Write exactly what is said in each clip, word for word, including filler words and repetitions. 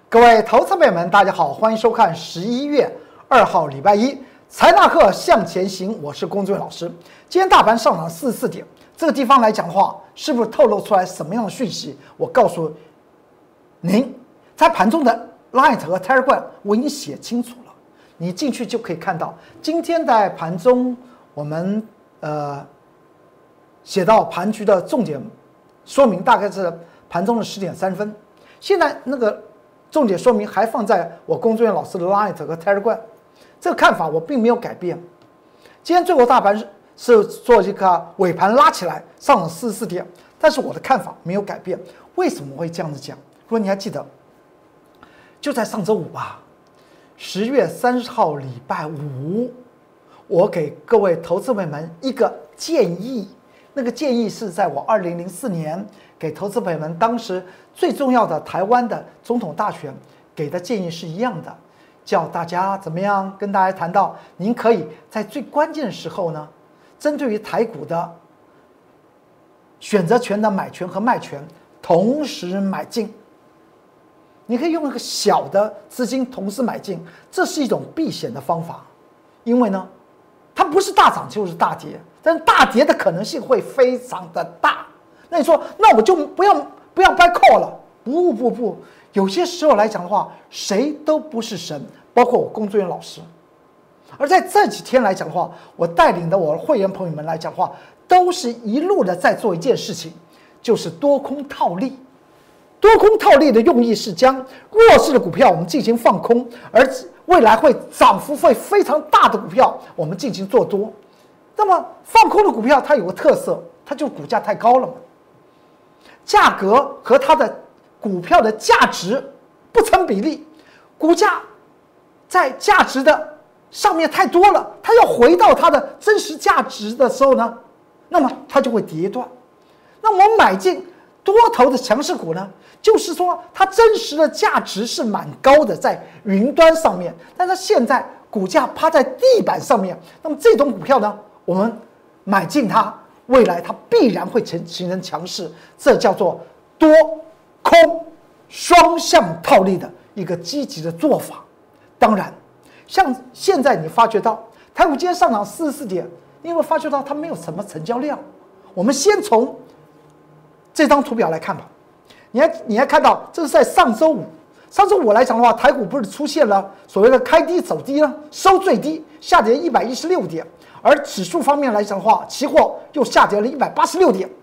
各位投资朋友们，大家好，欢迎收看十一月二号礼拜一财纳课向前行，我是龚俊老师。今天大盘上涨四十四点，这个地方来讲的话，是不是透露出来什么样的讯息？我告诉您，在盘中的 Line 和 Telegram 我已经写清楚了，你进去就可以看到，今天在盘中我们呃写到盘局的重点说明，大概是盘中的十点三分。现在那个重点说明还放在我龚俊老师的 Line 和 Telegram， 这个看法我并没有改变。今天最后大盘是做一个尾盘拉起来，上涨四十四点，但是我的看法没有改变。为什么会这样子讲？如果你还记得，就在上周五吧，十月三十号礼拜五，我给各位投资朋友们一个建议，那个建议是在我二零零四年给投资朋友们当时最重要的台湾的总统大选给的建议是一样的，叫大家怎么样？跟大家谈到，您可以在最关键的时候呢，针对于台股的选择权的买权和卖权同时买进。你可以用一个小的资金同时买进，这是一种避险的方法，因为呢，它不是大涨就是大跌，但是大跌的可能性会非常的大。那你说，那我就不要不要 buy call 了？不不不，有些时候来讲的话，谁都不是神，包括我龚俊元老师。而在这几天来讲的话，我带领的我的会员朋友们来讲的话，都是一路的在做一件事情，就是多空套利。多空套利的用意是将弱势的股票我们进行放空，而未来会涨幅会非常大的股票我们进行做多。那么放空的股票它有个特色，它就股价太高了嘛，价格和它的股票的价值不成比例，股价在价值的上面太多了，它要回到它的真实价值的时候呢，那么它就会跌断。那我们买进多头的强势股呢，就是说它真实的价值是蛮高的，在云端上面，但它现在股价趴在地板上面，那么这种股票呢，我们买进它，未来它必然会成形成强势，这叫做多空双向套利的一个积极的做法。当然，像现在你发觉到台股今天上涨四十四点，你会发觉到它没有什么成交量。我们先从这张图表来看吧，你还你还看到这是在上周五，上周五来讲的话，台股不是出现了所谓的开低走低呢，收最低，下跌一百一十六点，而指数方面来讲的话，期货又下跌了一百八十六点，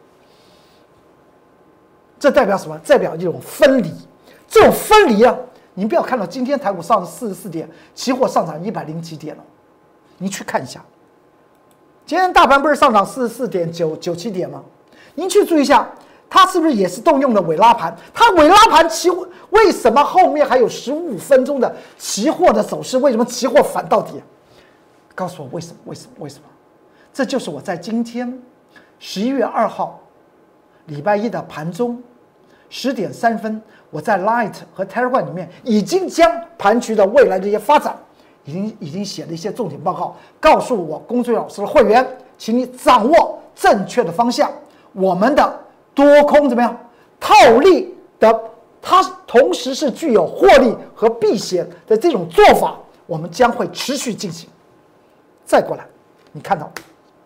这代表什么？代表一种分离。这种分离啊，您不要看到今天台股上四十四点，期货上涨一百零几点了，您去看一下，今天大盘不是上涨四十四点九九七点吗？您去注意一下。它是不是也是动用了尾拉盘？它尾拉盘期货为什么后面还有十五分钟的期货的走势？为什么期货反到底？告诉我为什么？为什么？为什么？这就是我在今天十一月二号礼拜一的盘中十点三分，我在 Line 和 Telegram 里面已经将盘局的未来的一些发展，已经已经写了一些重点报告，告诉我龚俊老师的会员，请你掌握正确的方向。我们的多空怎么样？套利的，它同时是具有获利和避险的这种做法，我们将会持续进行。再过来，你看到，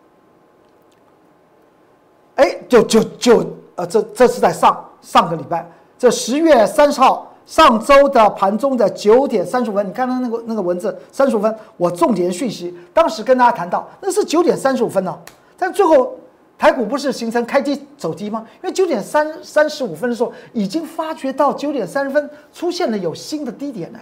哎，就就就呃，这这是在上上个礼拜，这十月三十号上周的盘中的九点三十五分，你看到那个那个文字三十五分，我重点讯息，当时跟大家谈到，那是九点三十五分呢，但最后。台股不是形成开低走低吗？因为九点三三十五分的时候，已经发觉到九点三十分出现了有新的低点呢。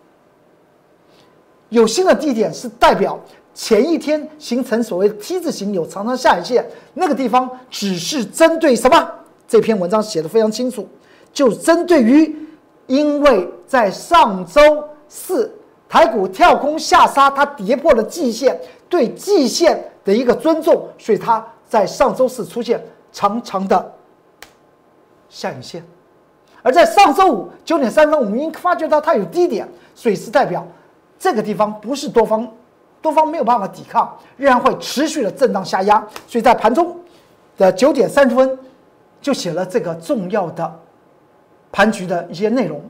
有新的低点是代表前一天形成所谓 T 字形有长长下影线，那个地方只是针对什么？这篇文章写得非常清楚，就针对于因为在上周四台股跳空下杀，它跌破了季线，对季线的一个尊重，所以它。在上周四出现长长的下影线，而在上周五九点三分，我们已经发觉到它有低点，所以是代表这个地方不是多方，多方没有办法抵抗，仍然会持续的震荡下压。所以在盘中的九点三十分就写了这个重要的盘局的一些内容。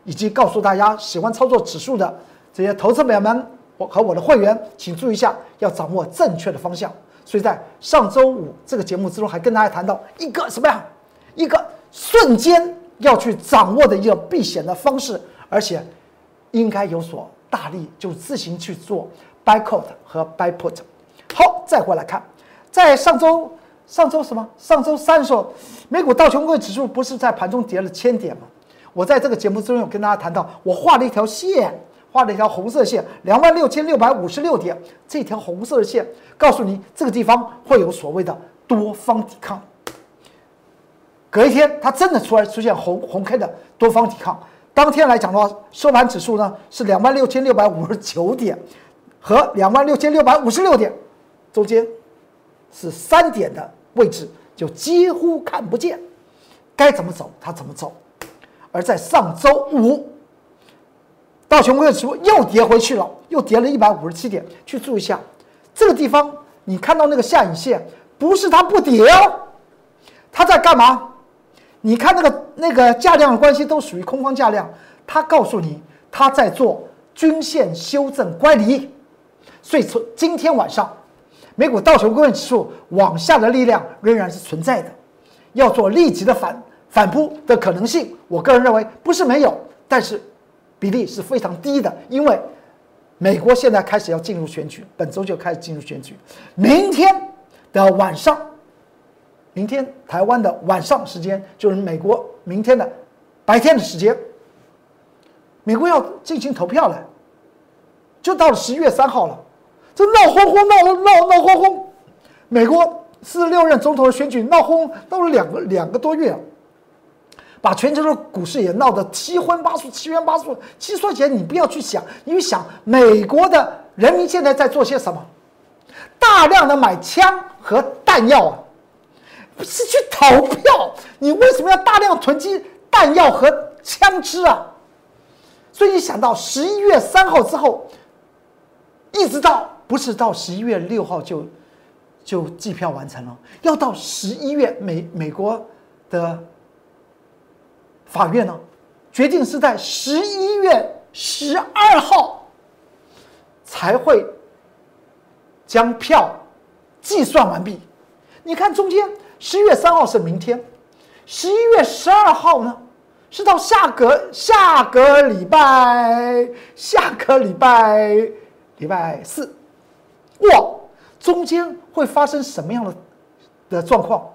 以及告诉大家喜欢操作指数的这些投资朋友们和我的会员，请注意一下，要掌握正确的方向。所以在上周五这个节目之中，还跟大家谈到一个什么呀？一个瞬间要去掌握的一个避险的方式，而且应该有所大力，就自行去做 buy call 和 buy put。好，再回来看，在上周上周什么？上周三的时候，美股道琼斯指数不是在盘中跌了千点吗？我在这个节目之中有跟大家谈到，我画了一条线，画了一条红色线，两万六千六百五十六点，这条红色的线告诉你这个地方会有所谓的多方抵抗。隔一天，它真的出来出现红红 K 的多方抵抗。当天来讲的话，收盘指数呢是两万六千六百五十九点和两万六千六百五十六点，中间是三点的位置，就几乎看不见。该怎么走，它怎么走。而在上周五，道琼斯指数又跌回去了，又跌了一百五十七点。去注意一下，这个地方你看到那个下影线，不是它不跌哦，它在干嘛？你看那个那个价量的关系都属于空方价量，它告诉你它在做均线修正乖离，所以从今天晚上，美股道琼斯指数往下的力量仍然是存在的，要做立即的反反扑的可能性，我个人认为不是没有，但是比例是非常低的，因为美国现在开始要进入选举，本周就开始进入选举，明天的晚上。明天台湾的晚上时间就是美国明天的白天的时间，美国要进行投票了，就到了十一月三号了，这闹哄哄闹闹闹哄哄，美国四十六任总统的选举闹哄闹了两个两个多月了，把全球的股市也闹得七荤八素七冤八素。其实说起来，你不要去想，你去想美国的人民现在在做些什么，大量的买枪和弹药啊。不是去投票，你为什么要大量囤积弹药和枪支啊？所以你想到十一月三号之后，一直到不是到十一月六号就就计票完成了，要到十一月美美国的法院呢，决定是在十一月十二号才会将票计算完毕。你看中间。十一月三号是明天，十一月十二号呢，是到下个下个礼拜下个礼拜礼拜四，哇，中间会发生什么样的的状况？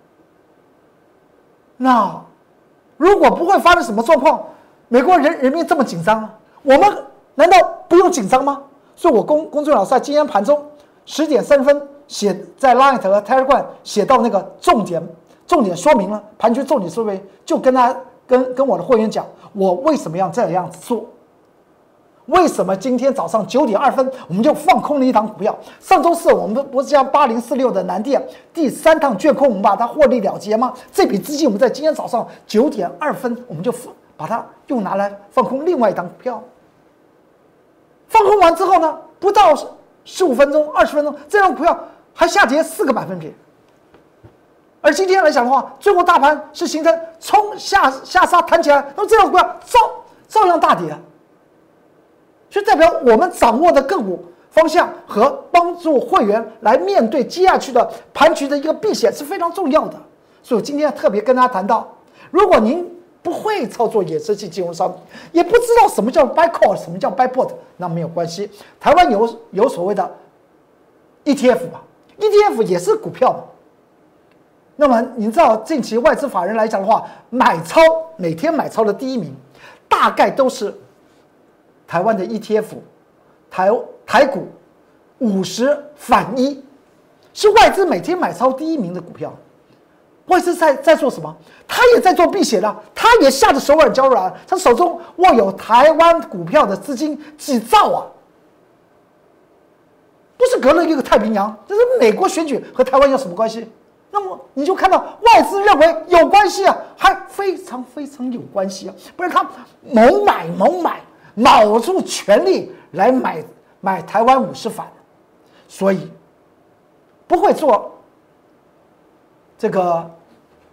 那如果不会发生什么状况，美国人人民这么紧张，我们难道不用紧张吗？所以我公公众老师在今天盘中十点三分。写在 Line 和 Telegram 写到那个重点，重点说明了盘区重点说明，就跟他跟跟我的会员讲，我为什么要这样子做？为什么今天早上九点二分我们就放空了一档股票？上周四我们不是将八零四六的南电第三趟卷空，我们把它获利了结吗？这笔资金我们在今天早上九点二分我们就把它又拿来放空另外一档股票。放空完之后呢，不到十五分钟、二十分钟，这档股票还下跌四个百分点，而今天来讲的话，最后大盘是形成冲下下杀弹起来，那么这样股票照照样大跌，就代表我们掌握的个股方向和帮助会员来面对接下去的盘局的一个避险是非常重要的。所以我今天特别跟大家谈到，如果您不会操作衍生性金融商品，也不知道什么叫 buy call， 什么叫 buy put， 那没有关系，台湾有有所谓的 E T F 吧。E T F 也是股票嘛，那么你知道近期外资法人来讲的话，买超每天买超的第一名，大概都是台湾的 E T F， 台台股五十反一，是外资每天买超第一名的股票。外资在在做什么？他也在做避险的，他也下着手软脚软，他手中握有台湾股票的资金几兆啊！不是隔了一个太平洋，这是美国选举和台湾有什么关系？那么你就看到外资认为有关系啊，还非常非常有关系啊，不然他猛买猛买，卯足全力来买买台湾五十反，所以不会做这个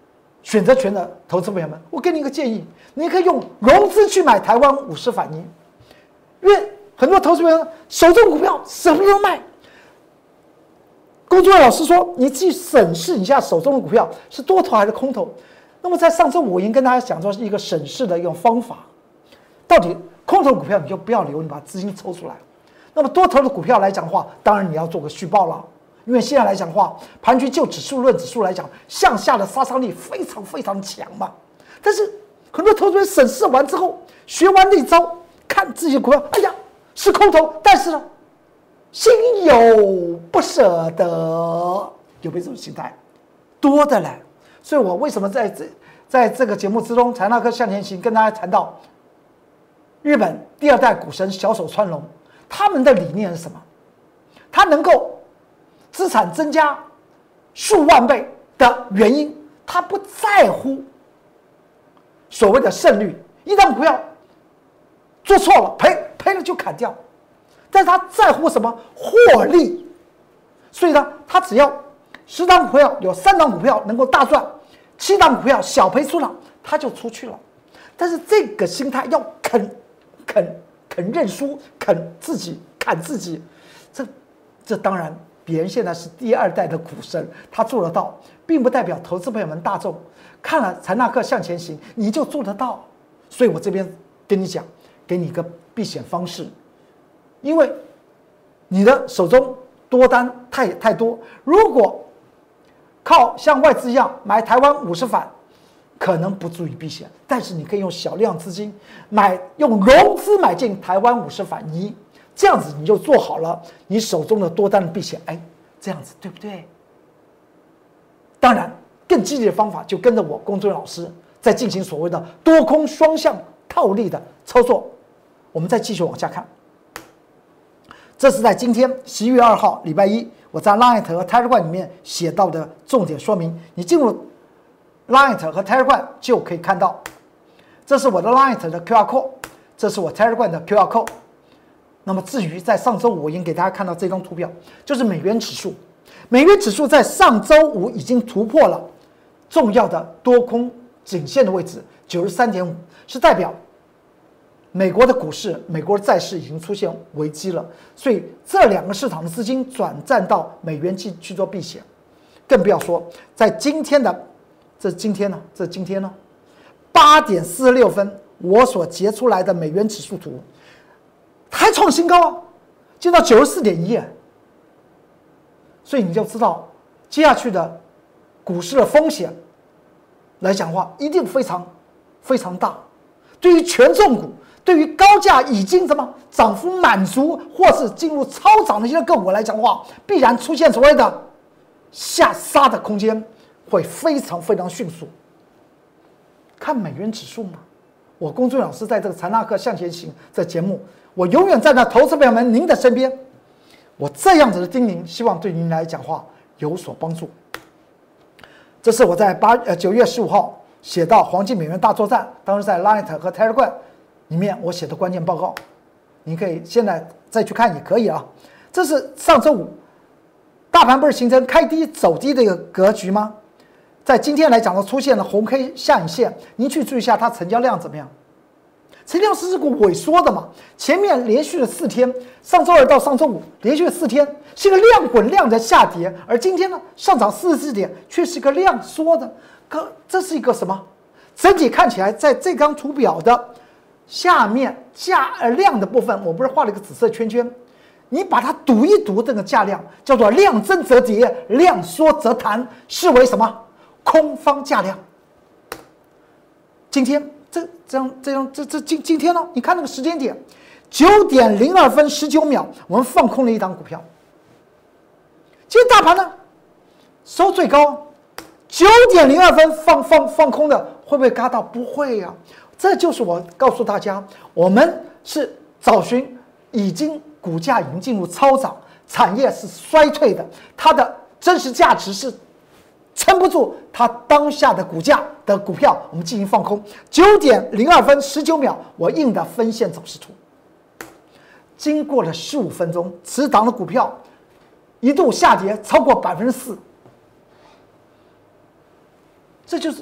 选择权的投资朋友们，我给你一个建议，你可以用融资去买台湾五十反一，因为很多投资朋友手中股票舍不得卖。工作老师说，你去审视一下手中的股票是多头还是空头。那么在上周五我已经跟大家讲说是一个审视的一种方法，到底空头股票你就不要留，你把资金抽出来。那么多头的股票来讲的话，当然你要做个续报了，因为现在来讲的话，盘局就指数论指数来讲，向下的杀伤力非常非常强嘛。但是很多投资人审视完之后，学完那招，看自己的股票，哎呀是空头，但是呢，心有不舍得，有没有这种心态？多的嘞。所以我为什么在这在这个节目之中，财纳克向前行跟大家谈到日本第二代股神小手川隆，他们的理念是什么？他能够资产增加数万倍的原因，他不在乎所谓的胜率，一档股票做错了赔赔了就砍掉，但是他在乎什么？获利。所以呢，他只要十档股票有三档股票能够大赚，七档股票小赔出场，他就出去了。但是这个心态要肯肯肯认输，肯自己砍自己，这这当然别人现在是第二代的股神，他做得到，并不代表投资朋友们大众看了财纳克向前行你就做得到。所以我这边跟你讲，给你一个避险方式，因为你的手中多单太太多，如果靠像外资一样买台湾五十反，可能不足以避险，但是你可以用小量资金买，用融资买进台湾五十反一，这样子你就做好了你手中的多单的避险。哎，这样子对不对？当然，更积极的方法就跟着我龚俊老师在进行所谓的多空双向套利的操作。我们再继续往下看，这是在今天十一月二号礼拜一，我在 Line 和 Telegram 里面写到的重点说明。你进入 Line 和 Telegram 就可以看到，这是我的 Line 的 Q R code， 这是我 Telegram 的 Q R code。那么至于在上周五我已经给大家看到这张图表，就是美元指数。美元指数在上周五已经突破了重要的多空颈线的位置 九十三点五， 是代表美国的股市、美国的债市已经出现危机了，所以这两个市场的资金转战到美元去去做避险，更不要说在今天的这今天呢，这今天呢，八点四十六分，我所截出来的美元指数图还创新高啊，就到九十四点一，所以你就知道接下去的股市的风险来讲的话，一定非常非常大。对于权重股，对于高价已经怎么涨幅满足或是进入超涨的一些个股来讲的话，必然出现所谓的下杀的空间会非常非常迅速。看美元指数嘛，我龚俊老师在这个财纳克向前行这节目，我永远站在投资朋友们您的身边。我这样子的叮咛，希望对您来讲话有所帮助。这是我在八呃九月十五号写到黄金美元大作战，当时在 Line 和 Telegram 里面我写的关键报告，你可以现在再去看也可以啊。这是上周五大盘不是形成开低走低的一个格局吗？在今天来讲呢，出现了红 K 下影线，您去注意一下它成交量怎么样？成交量是股萎缩的嘛？前面连续了四天，上周二到上周五连续了四天是一个量滚量的下跌，而今天呢上涨四十四点，却是一个量缩的。可这是一个什么？整体看起来，在这张图表的下面价呃量的部分，我不是画了一个紫色圈圈，你把它读一读，这个价量叫做量增则跌，量缩则弹，视为什么？空方价量。今天。这这样这样这这今今天呢？你看那个时间点，九点零二分十九秒，我们放空了一档股票。今天大盘呢收最高，九点零二分放放放空的，会不会嘎到？不会呀、啊。这就是我告诉大家，我们是找寻已经股价已经进入超涨，产业是衰退的，它的真实价值是撑不住它当下的股价的股票，我们进行放空。九点零二分十九秒，我印的分线走势图。经过了十五分钟，此档的股票一度下跌超过百分之四。这就是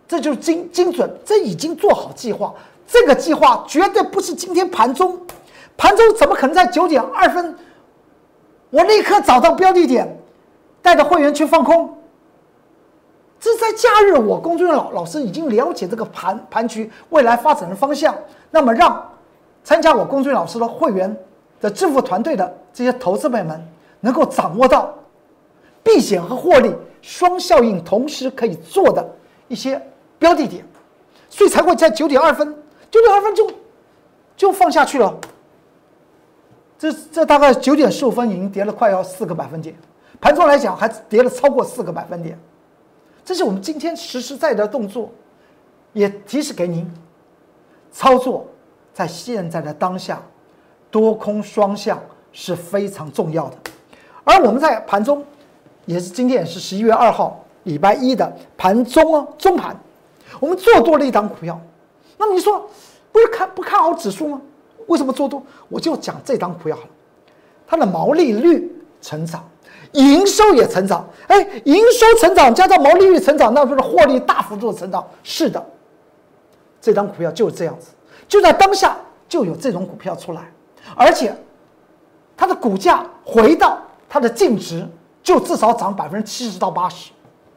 这就是精精准，这已经做好计划。这个计划绝对不是今天盘中，盘中怎么可能在九点二分，我立刻找到标的点，带着会员去放空？这是在假日，我工作人员老老师已经了解这个盘盘局未来发展的方向，那么让参加我工作人员老师的会员的致富团队的这些投资朋友们能够掌握到避险和获利双效应同时可以做的一些标的点，所以才会在九点二分，九点二分就就放下去了。这这大概九点十五分已经跌了快要四个百分点，盘中来讲还跌了超过四个百分点。这是我们今天实实在在的动作，也提示给您，操作在现在的当下，多空双向是非常重要的。而我们在盘中，也是今天也是十一月二号礼拜一的盘中哦，中盘，我们做多了一档股票。那么你说，不是看不看好指数吗？为什么做多？我就讲这档股票好了，它的毛利率成长。营收也成长，哎，营收成长加上毛利率成长，那不是获利大幅度的成长？是的，这张股票就是这样子，就在当下就有这种股票出来，而且它的股价回到它的净值，就至少涨百分之七十到八十。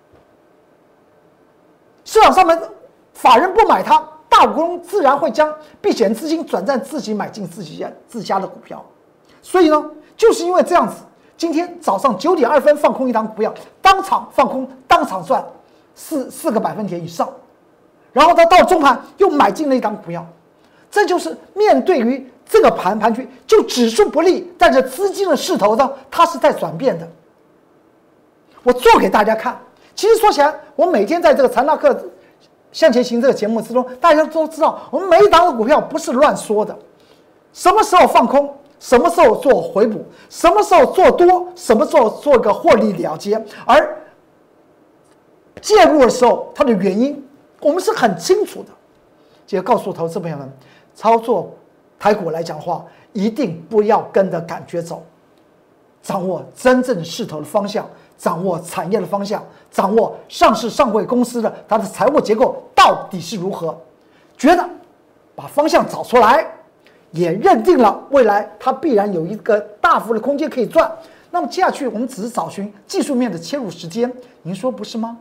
市场上面法人不买它，大股东自然会将避险资金转战自己买进自己家自家的股票，所以呢，就是因为这样子。今天早上九点二分放空一档股票，当场放空，当场赚四四个百分点以上，然后他到中盘又买进了一档股票，这就是面对于这个盘盘区，就指数不利，但是资金的势头呢，它是在转变的。我做给大家看，其实说起来，我每天在这个财纳克向前行这个节目之中，大家都知道，我们每一档的股票不是乱说的，什么时候放空。什么时候做回补，什么时候做多，什么时候做一个获利了结，而介入的时候，它的原因我们是很清楚的。也告诉投资朋友们，操作台股来讲的话，一定不要跟着感觉走，掌握真正势头的方向，掌握产业的方向，掌握上市上柜公司的它的财务结构到底是如何，觉得把方向找出来。也认定了未来它必然有一个大幅的空间可以赚，那么接下去我们只是找寻技术面的切入时间，您说不是吗？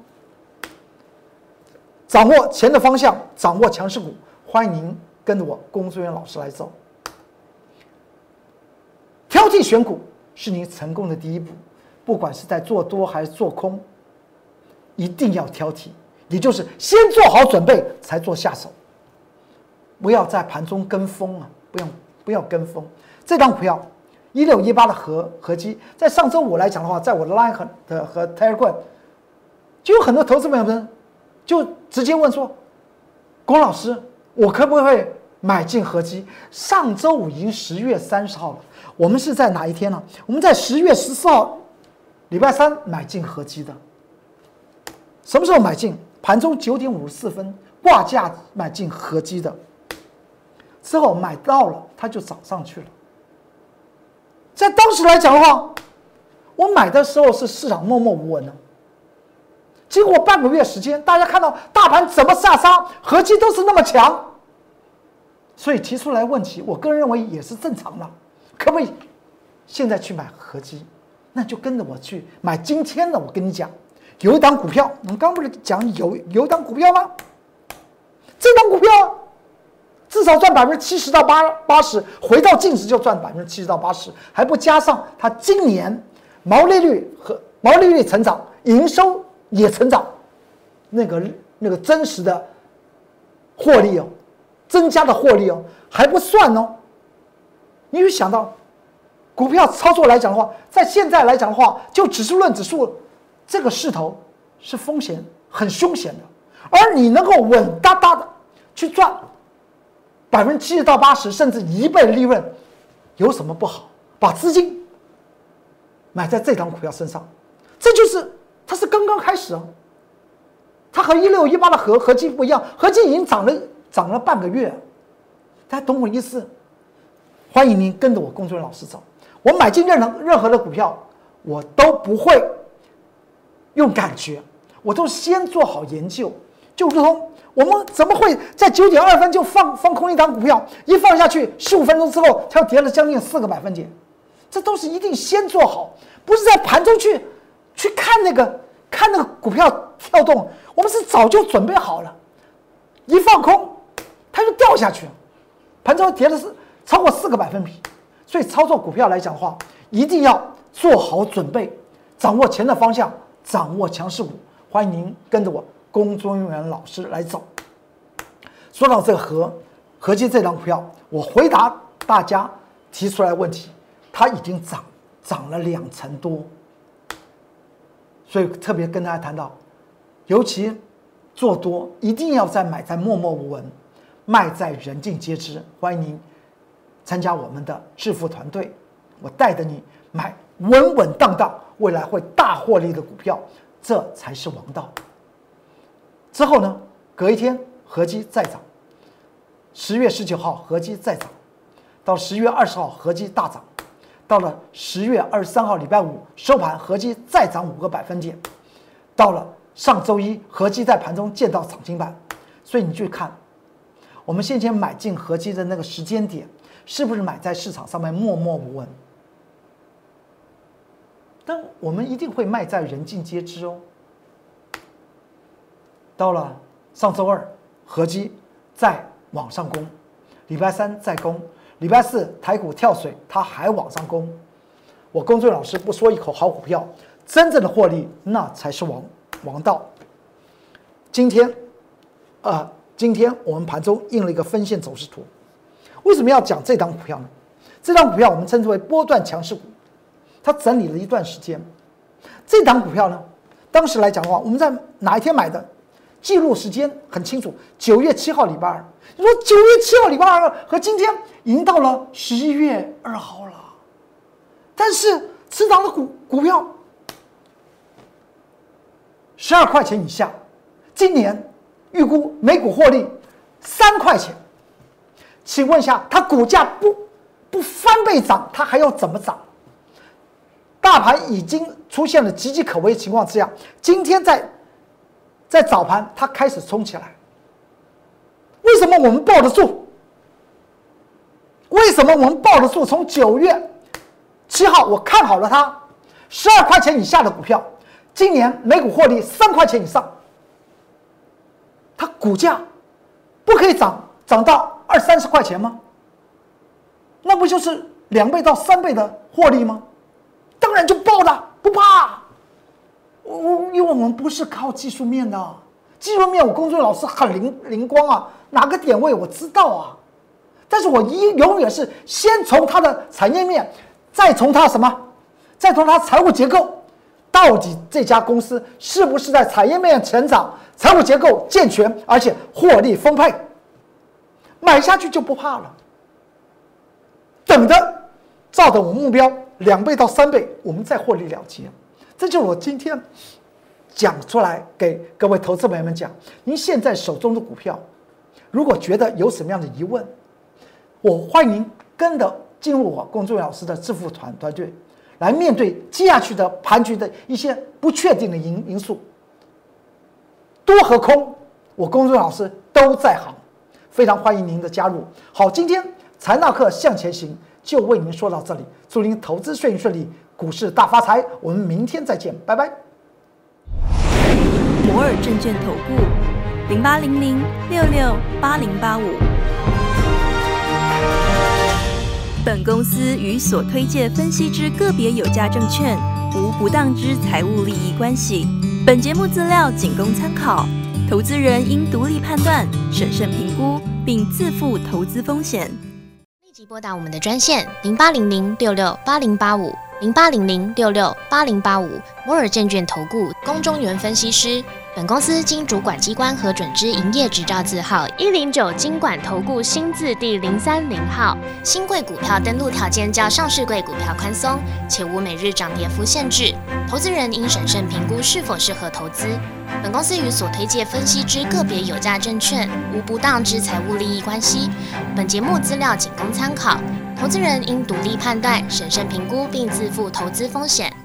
掌握钱的方向，掌握强势股，欢迎您跟着我工作人员老师来走。挑剔选股是您成功的第一步，不管是在做多还是做空，一定要挑剔，也就是先做好准备才做下手，不要在盘中跟风啊。不要不要跟风，这张股票一六一八的合合基，在上周五来讲的话，在我的 Line 和的和 Telegram， 就有很多投资朋友们就直接问说：“龚老师，我可不可以买进合基？”上周五已经十月三十号了，我们是在哪一天呢？我们在十月十四号，礼拜三买进合基的。什么时候买进？盘中九点五十四分挂价买进合基的。之后买到了，它就涨上去了。在当时来讲的话，我买的时候是市场默默无闻呢。经过半个月时间，大家看到大盘怎么下杀，合基都是那么强，所以提出来问题，我个人认为也是正常的。可不可以现在去买合基？那就跟着我去买今天的。我跟你讲，有一档股票，我们刚不是讲有有一档股票吗？这档股票。至少赚百分之七十到八八十，回到净值就赚百分之七十到八十，还不加上它今年毛利率和毛利率成长，营收也成长，那个那个真实的获利哦，增加的获利哦还不算哦。你会想到，股票操作来讲的话，在现在来讲的话，就指数论指数这个势头是风险很凶险的，而你能够稳哒哒的去赚。百分之七十到八十，甚至一倍的利润，有什么不好？把资金买在这档股票身上，这就是它是刚刚开始哦。它和一六一八的合合基不一样，合基已经涨了涨了半个月，大家懂我意思？欢迎您跟着我工作人员老师走。我买进任何任何的股票，我都不会用感觉，我都先做好研究，就如同我们怎么会在九点二分就放放空一档股票？一放下去，十五分钟之后，它又跌了将近四个百分点。这都是一定先做好，不是在盘中去去看那个看那个股票跳动。我们是早就准备好了，一放空，它就掉下去了，盘中跌的是超过四个百分比。所以操作股票来讲的话，一定要做好准备，掌握钱的方向，掌握强势股。欢迎您跟着我龚宗元老师来走。说到这个合合金这档股票，我回答大家提出来的问题，它已经涨涨了两成多，所以特别跟大家谈到，尤其做多一定要在买在默默无闻，卖在人尽皆知。欢迎您参加我们的致富团队，我带着你买稳稳当当，未来会大获利的股票，这才是王道。之后呢，隔一天合基再涨，十月十九号合基再涨，到十月二十号合基大涨，到了十月二十三号礼拜五收盘，合基再涨五个百分点，到了上周一合基在盘中见到涨停板。所以你去看，我们先前买进合基的那个时间点，是不是买在市场上面默默无闻？但我们一定会卖在人尽皆知哦。到了上周二，合基再往上攻，礼拜三再攻，礼拜四台股跳水，它还往上攻。我龚俊老师不说一口好股票，真正的获利那才是王王道。今天，呃，今天我们盘中印了一个分线走势图。为什么要讲这档股票呢？这档股票我们称之为波段强势股，它整理了一段时间。这档股票呢，当时来讲的话，我们在哪一天买的？记录时间很清楚，九月七号礼拜二。你说九月七号礼拜二和今天已经到了十一月二号了，但是此档的股股票十二块钱以下，今年预估每股获利三块钱。请问一下，它股价不不翻倍涨，它还要怎么涨？大盘已经出现了岌岌可危的情况之下，今天在在早盘它开始冲起来。为什么我们抱得住？为什么我们抱得住？从九月七号我看好了它，十二块钱以下的股票，今年每股获利三块钱以上，它股价不可以涨涨到二三十块钱吗？那不就是两倍到三倍的获利吗？当然就爆了，不怕。我因为我们不是靠技术面的，技术面我龚俊老师很灵灵光啊，哪个点位我知道啊。但是我一永远是先从它的产业面，再从它什么，再从它财务结构，到底这家公司是不是在产业面成长，财务结构健全，而且获利丰沛，买下去就不怕了。等着照着我目标两倍到三倍，我们再获利了结。这就是我今天讲出来给各位投资朋友们讲。您现在手中的股票，如果觉得有什么样的疑问，我欢迎您跟着进入我龚俊老师的致富团团队，来面对接下去的盘局的一些不确定的因因素。多和空，我龚俊老师都在行，非常欢迎您的加入。好，今天财纳课向前行就为您说到这里，祝您投资顺顺利，股市大发财。我们明天再见，拜拜。 摩尔证券投顾零八零零六六八零八五。本公司与所推介分析之个别有价证券无不当之财务利益关系。本节目资料仅供参考，投资人应独立判断、审慎评估，并自负投资风险。 立即拨打我们的专线零八零零六六八零八五零八零零六六八零八五摩尔证券投顾龚中原分析师。本公司经主管机关核准之营业执照字号一零九金管投顾新字第零三零号。新贵股票登录条件较上市贵股票宽松，且无每日涨跌幅限制。投资人应审慎评估是否适合投资。本公司与所推介分析之个别有价证券无不当之财务利益关系。本节目资料仅供参考，投资人应独立判断、审慎评估，并自负投资风险。